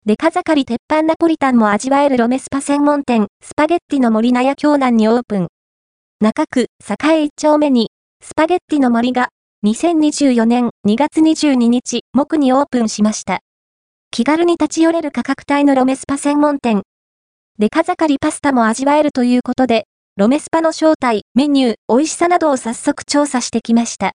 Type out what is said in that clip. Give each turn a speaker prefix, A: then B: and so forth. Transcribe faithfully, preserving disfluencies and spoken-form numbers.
A: デカ盛り鉄板ナポリタンも味わえるロメスパ専門店、スパゲッティの森納屋京南にオープン。中区、栄一丁目に、スパゲッティの森が、にせんにじゅうよねんにがつにじゅうににち、木にオープンしました。気軽に立ち寄れる価格帯のロメスパ専門店。デカ盛りパスタも味わえるということで、ロメスパの正体、メニュー、美味しさなどを早速調査してきました。